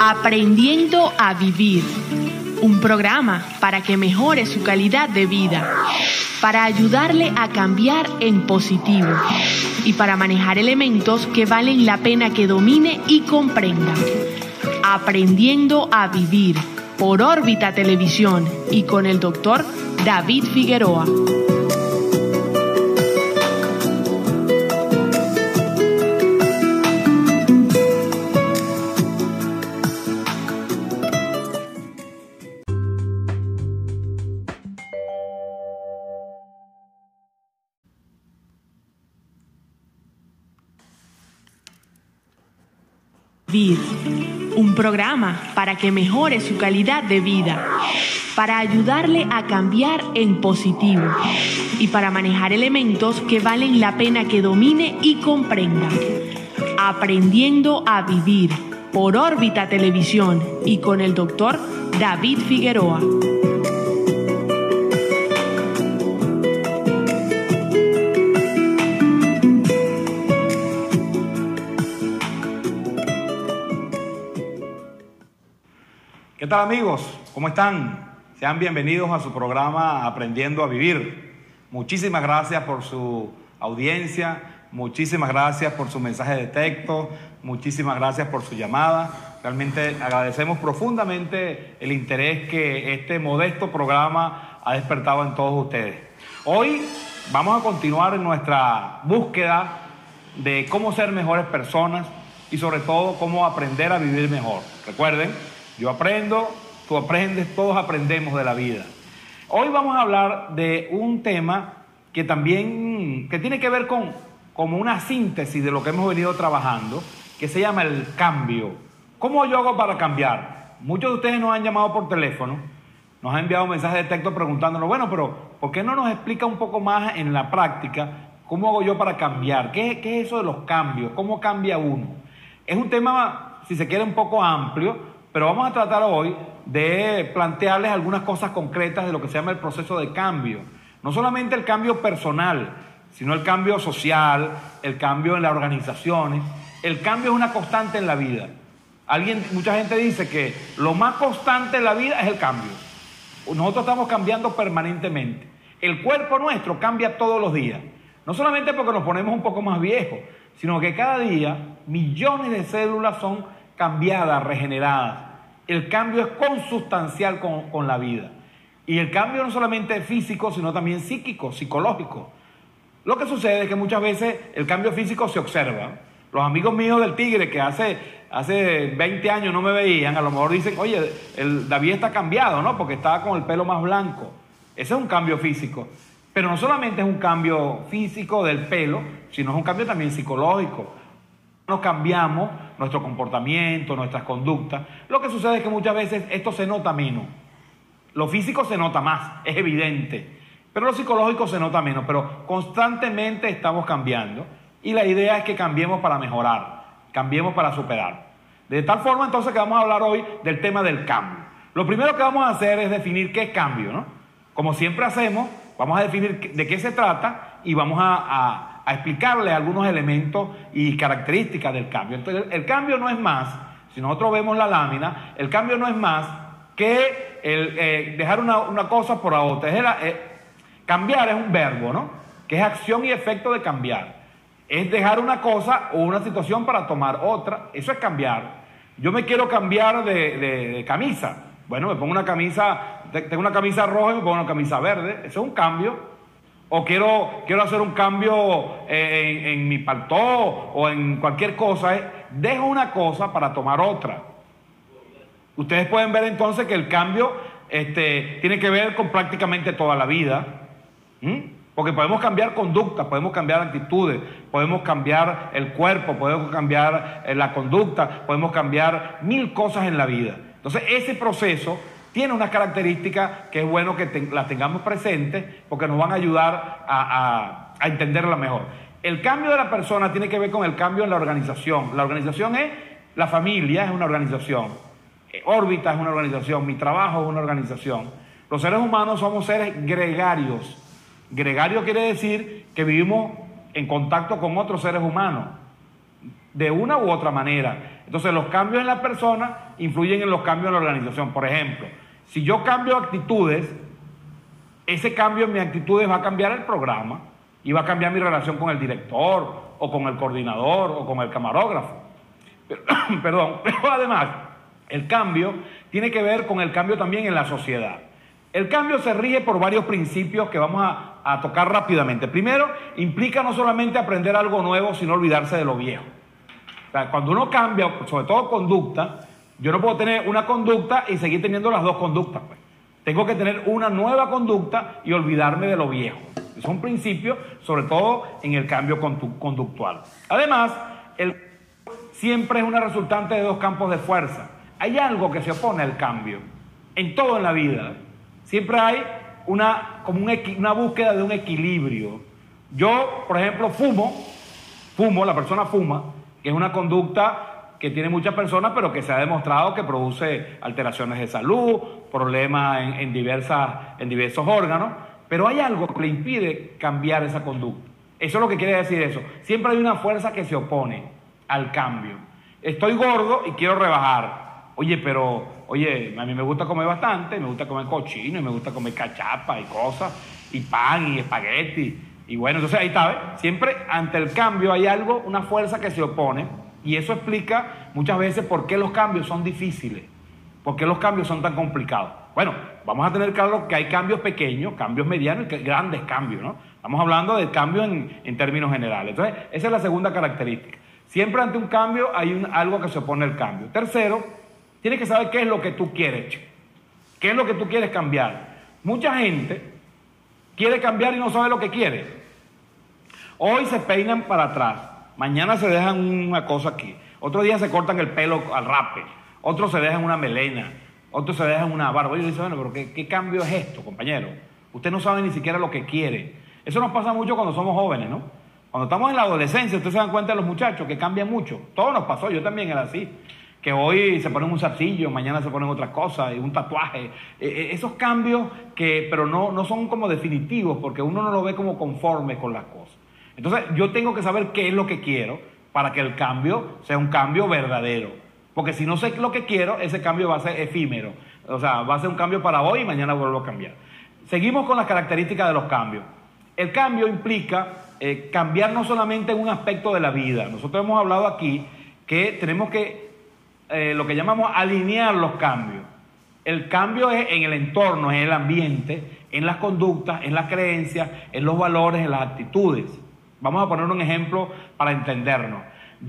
Aprendiendo a Vivir, un programa para que mejore su calidad de vida, para ayudarle a cambiar en positivo y para manejar elementos que valen la pena que domine y comprenda. Aprendiendo a Vivir, por Órbita Televisión y con el doctor David Figueroa. Un programa para que mejore su calidad de vida, para ayudarle a cambiar en positivo y para manejar elementos que valen la pena que domine y comprenda. Aprendiendo a Vivir, por Órbita Televisión y con el doctor David Figueroa. ¿Qué tal, amigos? ¿Cómo están? Sean bienvenidos a su programa Aprendiendo a Vivir. Muchísimas gracias por su audiencia, muchísimas gracias por su mensaje de texto, muchísimas gracias por su llamada. Realmente agradecemos profundamente el interés que este modesto programa ha despertado en todos ustedes. Hoy vamos a continuar en nuestra búsqueda de cómo ser mejores personas y sobre todo cómo aprender a vivir mejor. Recuerden, yo aprendo, tú aprendes, todos aprendemos de la vida. Hoy vamos a hablar de un tema que también tiene que ver con como una síntesis de lo que hemos venido trabajando, que se llama el cambio. ¿Cómo yo hago para cambiar? Muchos de ustedes nos han llamado por teléfono, nos han enviado mensajes de texto preguntándonos, bueno, pero ¿por qué no nos explica un poco más en la práctica cómo hago yo para cambiar? ¿Qué es eso de los cambios? ¿Cómo cambia uno? Es un tema, si se quiere, un poco amplio, pero vamos a tratar hoy de plantearles algunas cosas concretas de lo que se llama el proceso de cambio. No solamente el cambio personal, sino el cambio social, el cambio en las organizaciones. El cambio es una constante en la vida. Mucha gente dice que lo más constante en la vida es el cambio. Nosotros estamos cambiando permanentemente. El cuerpo nuestro cambia todos los días. No solamente porque nos ponemos un poco más viejos, sino que cada día millones de células son cambiadas, regeneradas. El cambio es consustancial con la vida. Y el cambio no solamente es físico, sino también psíquico, psicológico. Lo que sucede es que muchas veces el cambio físico se observa. Los amigos míos del Tigre que hace 20 años no me veían, a lo mejor dicen, oye, el David está cambiado, ¿no? Porque estaba con el pelo más blanco. Ese es un cambio físico. Pero no solamente es un cambio físico del pelo, sino es un cambio también psicológico. Nos cambiamos nuestro comportamiento, nuestras conductas. Lo que sucede es que muchas veces esto se nota menos. Lo físico se nota más, es evidente, pero lo psicológico se nota menos, pero constantemente estamos cambiando y la idea es que cambiemos para mejorar, cambiemos para superar. De tal forma entonces que vamos a hablar hoy del tema del cambio. Lo primero que vamos a hacer es definir qué es cambio, ¿no? Como siempre hacemos, vamos a definir de qué se trata y vamos a explicarle algunos elementos y características del cambio. Entonces, el cambio no es más, si nosotros vemos la lámina, el cambio no es más que dejar una cosa por la otra. Cambiar es un verbo, ¿no? Que es acción y efecto de cambiar. Es dejar una cosa o una situación para tomar otra. Eso es cambiar. Yo me quiero cambiar de camisa. Bueno, me pongo una camisa, tengo una camisa roja y me pongo una camisa verde. Eso es un cambio. O quiero hacer un cambio en mi paltó o en cualquier cosa. Dejo una cosa para tomar otra. Ustedes pueden ver entonces que el cambio tiene que ver con prácticamente toda la vida. Porque podemos cambiar conducta, podemos cambiar actitudes, podemos cambiar el cuerpo, podemos cambiar la conducta, podemos cambiar mil cosas en la vida. Entonces ese proceso tiene unas características que es bueno que las tengamos presentes porque nos van a ayudar a entenderla mejor. El cambio de la persona tiene que ver con el cambio en la organización. La organización es la familia, es una organización. Órbita es una organización, mi trabajo es una organización. Los seres humanos somos seres gregarios. Gregario quiere decir que vivimos en contacto con otros seres humanos. de una u otra manera. Entonces los cambios en la persona influyen en los cambios en la organización. Por ejemplo, si yo cambio actitudes, ese cambio en mis actitudes va a cambiar el programa y va a cambiar mi relación con el director o con el coordinador o con el camarógrafo. Pero además, el cambio tiene que ver con el cambio también en la sociedad. El cambio se rige por varios principios que vamos a tocar rápidamente. Primero, implica no solamente aprender algo nuevo, sino olvidarse de lo viejo. O sea, cuando uno cambia, sobre todo conducta, yo no puedo tener una conducta y seguir teniendo las dos conductas, pues. Tengo que tener una nueva conducta y olvidarme de lo viejo. Es un principio, sobre todo en el cambio conductual. Además, el siempre es una resultante de dos campos de fuerza. Hay algo que se opone al cambio, en todo en la vida. Siempre hay una búsqueda de un equilibrio. Yo, por ejemplo, fumo, la persona fuma, que es una conducta que tiene muchas personas, pero que se ha demostrado que produce alteraciones de salud, problemas en diversos órganos, pero hay algo que le impide cambiar esa conducta. Eso es lo que quiere decir eso. Siempre hay una fuerza que se opone al cambio. Estoy gordo y quiero rebajar. Oye, a mí me gusta comer bastante, me gusta comer cochino, y me gusta comer cachapa y cosas, y pan y espagueti. Y bueno, entonces ahí está, ¿ves? Siempre ante el cambio hay algo, una fuerza que se opone, y eso explica muchas veces por qué los cambios son difíciles, por qué los cambios son tan complicados. Bueno, vamos a tener claro que hay cambios pequeños, cambios medianos y grandes cambios, ¿no? Estamos hablando de cambios en términos generales. Entonces, esa es la segunda característica. Siempre ante un cambio hay algo que se opone al cambio. Tercero, tienes que saber qué es lo que tú quieres, qué es lo que tú quieres cambiar. Mucha gente quiere cambiar y no sabe lo que quiere. Hoy se peinan para atrás, mañana se dejan una cosa aquí, otro día se cortan el pelo al rape, otros se dejan una melena, otros se dejan una barba. Y yo digo, bueno, pero ¿qué cambio es esto, compañero? Usted no sabe ni siquiera lo que quiere. Eso nos pasa mucho cuando somos jóvenes, ¿no? Cuando estamos en la adolescencia, ustedes se dan cuenta de los muchachos que cambian mucho. Todo nos pasó, yo también era así. Que hoy se ponen un zarcillo, mañana se ponen otras cosas, y un tatuaje. Esos cambios pero no son como definitivos, porque uno no lo ve como conforme con las cosas. Entonces yo tengo que saber qué es lo que quiero para que el cambio sea un cambio verdadero. Porque si no sé lo que quiero, ese cambio va a ser efímero. O sea, va a ser un cambio para hoy y mañana vuelvo a cambiar. Seguimos con las características de los cambios. El cambio implica cambiar no solamente en un aspecto de la vida. Nosotros hemos hablado aquí que tenemos que lo que llamamos alinear los cambios. El cambio es en el entorno, en el ambiente, en las conductas, en las creencias, en los valores, en las actitudes. Vamos a poner un ejemplo para entendernos.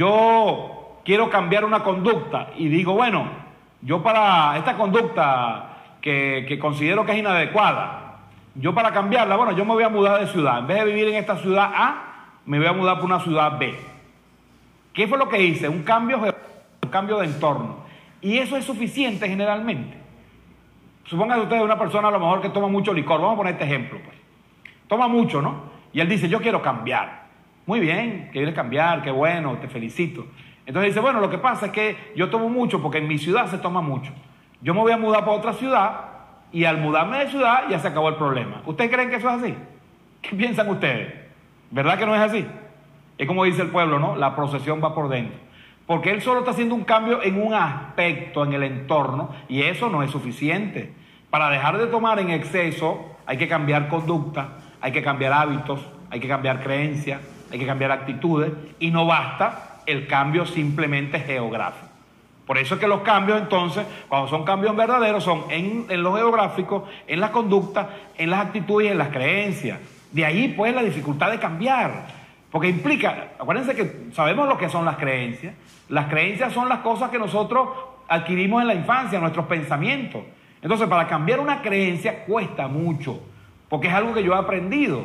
Yo quiero cambiar una conducta y digo, bueno, yo para esta conducta que considero que es inadecuada, yo para cambiarla, bueno, yo me voy a mudar de ciudad. En vez de vivir en esta ciudad A, me voy a mudar por una ciudad B. ¿Qué fue lo que hice? Un cambio de entorno. Y eso es suficiente generalmente. Supongan ustedes una persona a lo mejor que toma mucho licor. Vamos a poner este ejemplo, pues. Toma mucho, ¿no? Y él dice, yo quiero cambiar. Muy bien, quieres cambiar, qué bueno, te felicito. Entonces dice, bueno, lo que pasa es que yo tomo mucho porque en mi ciudad se toma mucho. Yo me voy a mudar para otra ciudad y al mudarme de ciudad ya se acabó el problema. ¿Ustedes creen que eso es así? ¿Qué piensan ustedes? ¿Verdad que no es así? Es como dice el pueblo, ¿no? La procesión va por dentro. Porque él solo está haciendo un cambio en un aspecto, en el entorno, y eso no es suficiente. Para dejar de tomar en exceso hay que cambiar conducta, hay que cambiar hábitos, hay que cambiar creencias, hay que cambiar actitudes, y no basta el cambio simplemente geográfico. Por eso es que los cambios entonces, cuando son cambios verdaderos, son en lo geográfico, en las conductas, en las actitudes y en las creencias. De ahí pues la dificultad de cambiar. Porque implica, acuérdense que sabemos lo que son las creencias. Las creencias son las cosas que nosotros adquirimos en la infancia, nuestros pensamientos. Entonces, para cambiar una creencia cuesta mucho, porque es algo que yo he aprendido.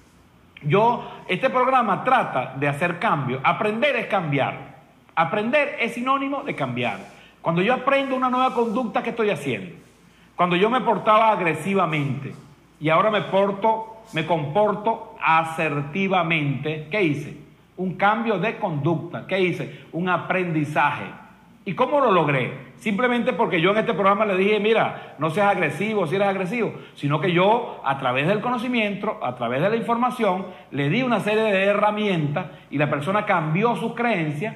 Este programa trata de hacer cambios. Aprender es cambiar. Aprender es sinónimo de cambiar. Cuando yo aprendo una nueva conducta, ¿qué estoy haciendo? Cuando yo me portaba agresivamente y ahora me comporto asertivamente, ¿qué hice? Un cambio de conducta. ¿Qué hice? Un aprendizaje. ¿Y cómo lo logré? Simplemente porque yo en este programa le dije, mira, no seas agresivo si eres agresivo, sino que yo, a través del conocimiento, a través de la información, le di una serie de herramientas y la persona cambió sus creencias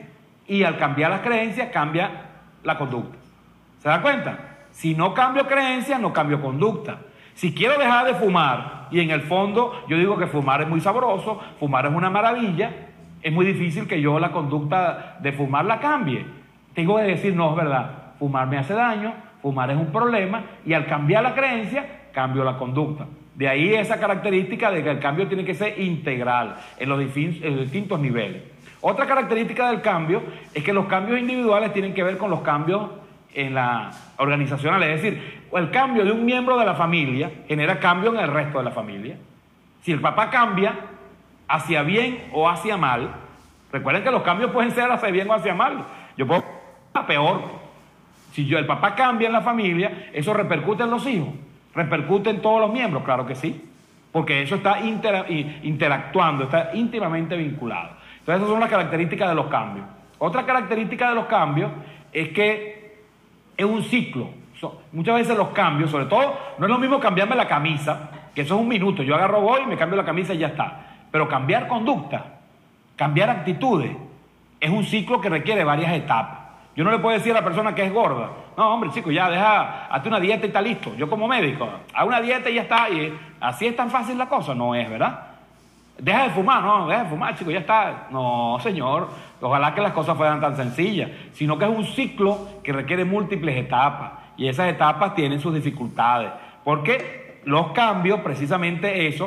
Y al cambiar las creencias, cambia la conducta. ¿Se da cuenta? Si no cambio creencias, no cambio conducta. Si quiero dejar de fumar, y en el fondo yo digo que fumar es muy sabroso, fumar es una maravilla, es muy difícil que yo la conducta de fumar la cambie. Tengo que decir, no, es verdad, fumar me hace daño, fumar es un problema, y al cambiar la creencia, cambio la conducta. De ahí esa característica de que el cambio tiene que ser integral en los distintos niveles. Otra característica del cambio es que los cambios individuales tienen que ver con los cambios en la organizacional, es decir, el cambio de un miembro de la familia genera cambio en el resto de la familia. Si el papá cambia hacia bien o hacia mal, recuerden que los cambios pueden ser hacia bien o hacia mal. Yo puedo a peor. Si el papá cambia en la familia, eso repercute en los hijos, repercute en todos los miembros, claro que sí, porque eso está interactuando, está íntimamente vinculado. Entonces esas son las características de los cambios. Otra característica de los cambios es que es un ciclo. Muchas veces los cambios, sobre todo, no es lo mismo cambiarme la camisa, que eso es un minuto, yo agarro, voy, me cambio la camisa y ya está. Pero cambiar conducta, cambiar actitudes, es un ciclo que requiere varias etapas. Yo no le puedo decir a la persona que es gorda, no, hombre, chico, ya hazte una dieta y está listo. Yo como médico, haz una dieta y ya está, y así es tan fácil la cosa, no es, ¿verdad? Deja de fumar, no, deja de fumar, chico, ya está. No, señor, ojalá que las cosas fueran tan sencillas, sino que es un ciclo que requiere múltiples etapas, y esas etapas tienen sus dificultades, porque los cambios, precisamente eso,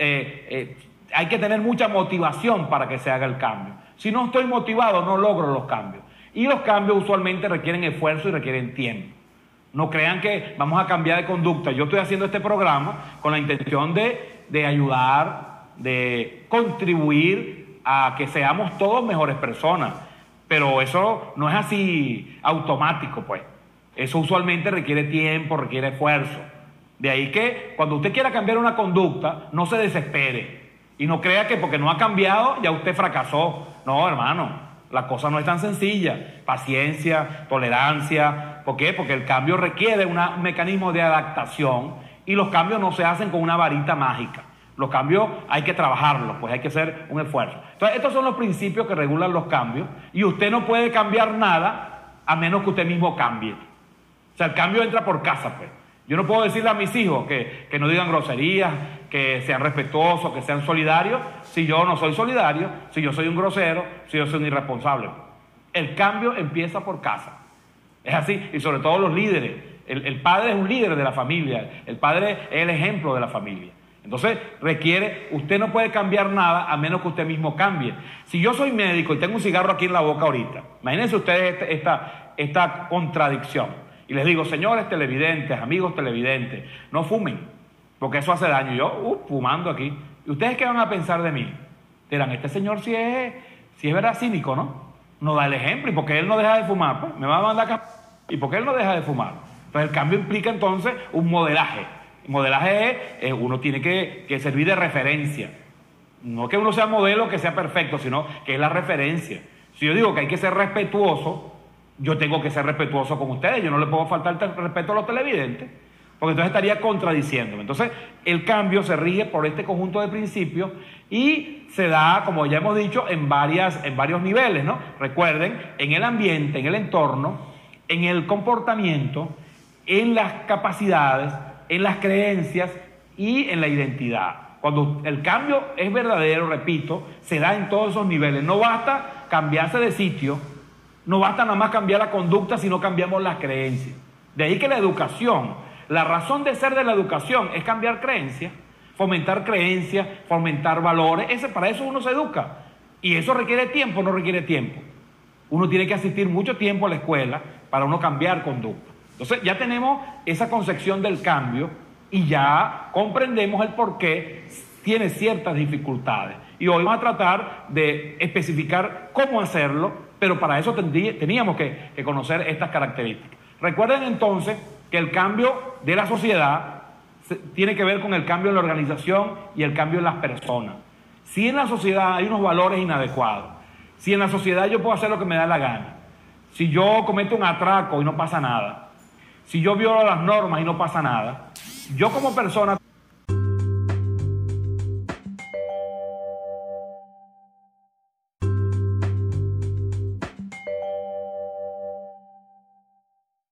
hay que tener mucha motivación para que se haga el cambio. Si no estoy motivado, no logro los cambios. Y los cambios usualmente requieren esfuerzo y requieren tiempo. No crean que vamos a cambiar de conducta. Yo estoy haciendo este programa con la intención de ayudar, de contribuir a que seamos todos mejores personas. Pero eso no es así automático, pues. Eso usualmente requiere tiempo, requiere esfuerzo. De ahí que cuando usted quiera cambiar una conducta, no se desespere. Y no crea que porque no ha cambiado, ya usted fracasó. No, hermano. La cosa no es tan sencilla. Paciencia, tolerancia. ¿Por qué? Porque el cambio requiere un mecanismo de adaptación y los cambios no se hacen con una varita mágica. Los cambios hay que trabajarlos, pues hay que hacer un esfuerzo. Entonces, estos son los principios que regulan los cambios y usted no puede cambiar nada a menos que usted mismo cambie. O sea, el cambio entra por casa, pues. Yo no puedo decirle a mis hijos que no digan groserías, que sean respetuosos, que sean solidarios, si yo no soy solidario, si yo soy un grosero, si yo soy un irresponsable. El cambio empieza por casa. Es así, y sobre todo los líderes. El padre es un líder de la familia, el padre es el ejemplo de la familia. Entonces usted no puede cambiar nada a menos que usted mismo cambie. Si yo soy médico y tengo un cigarro aquí en la boca ahorita, imagínense ustedes esta contradicción. Y les digo, señores televidentes, amigos televidentes, no fumen, porque eso hace daño. Yo, fumando aquí. ¿Y ustedes qué van a pensar de mí? Dirán, este señor si es verdad cínico, ¿no? No da el ejemplo. ¿Y por qué él no deja de fumar? Pues me va a mandar acá. ¿Y por qué él no deja de fumar? Entonces el cambio implica entonces un modelaje. El modelaje es, uno tiene que servir de referencia. No que uno sea modelo, que sea perfecto, sino que es la referencia. Si yo digo que hay que ser respetuoso, yo tengo que ser respetuoso con ustedes. Yo no le puedo faltar el respeto a los televidentes, porque entonces estaría contradiciéndome. Entonces, el cambio se rige por este conjunto de principios y se da, como ya hemos dicho, en varios niveles, ¿no? Recuerden, en el ambiente, en el entorno, en el comportamiento, en las capacidades, en las creencias y en la identidad. Cuando el cambio es verdadero, repito, se da en todos esos niveles. No basta cambiarse de sitio, no basta nada más cambiar la conducta si no cambiamos las creencias. De ahí que la educación, la razón de ser de la educación es cambiar creencias, fomentar creencias, fomentar valores. Para eso uno se educa. Y eso requiere tiempo, no requiere tiempo. Uno tiene que asistir mucho tiempo a la escuela para uno cambiar conducta. Entonces ya tenemos esa concepción del cambio y ya comprendemos el por qué tiene ciertas dificultades. Y hoy vamos a tratar de especificar cómo hacerlo, pero para eso teníamos que conocer estas características. Recuerden entonces que el cambio de la sociedad tiene que ver con el cambio en la organización y el cambio en las personas. Si en la sociedad hay unos valores inadecuados, si en la sociedad yo puedo hacer lo que me da la gana, si yo cometo un atraco y no pasa nada, si yo violo las normas y no pasa nada, yo como persona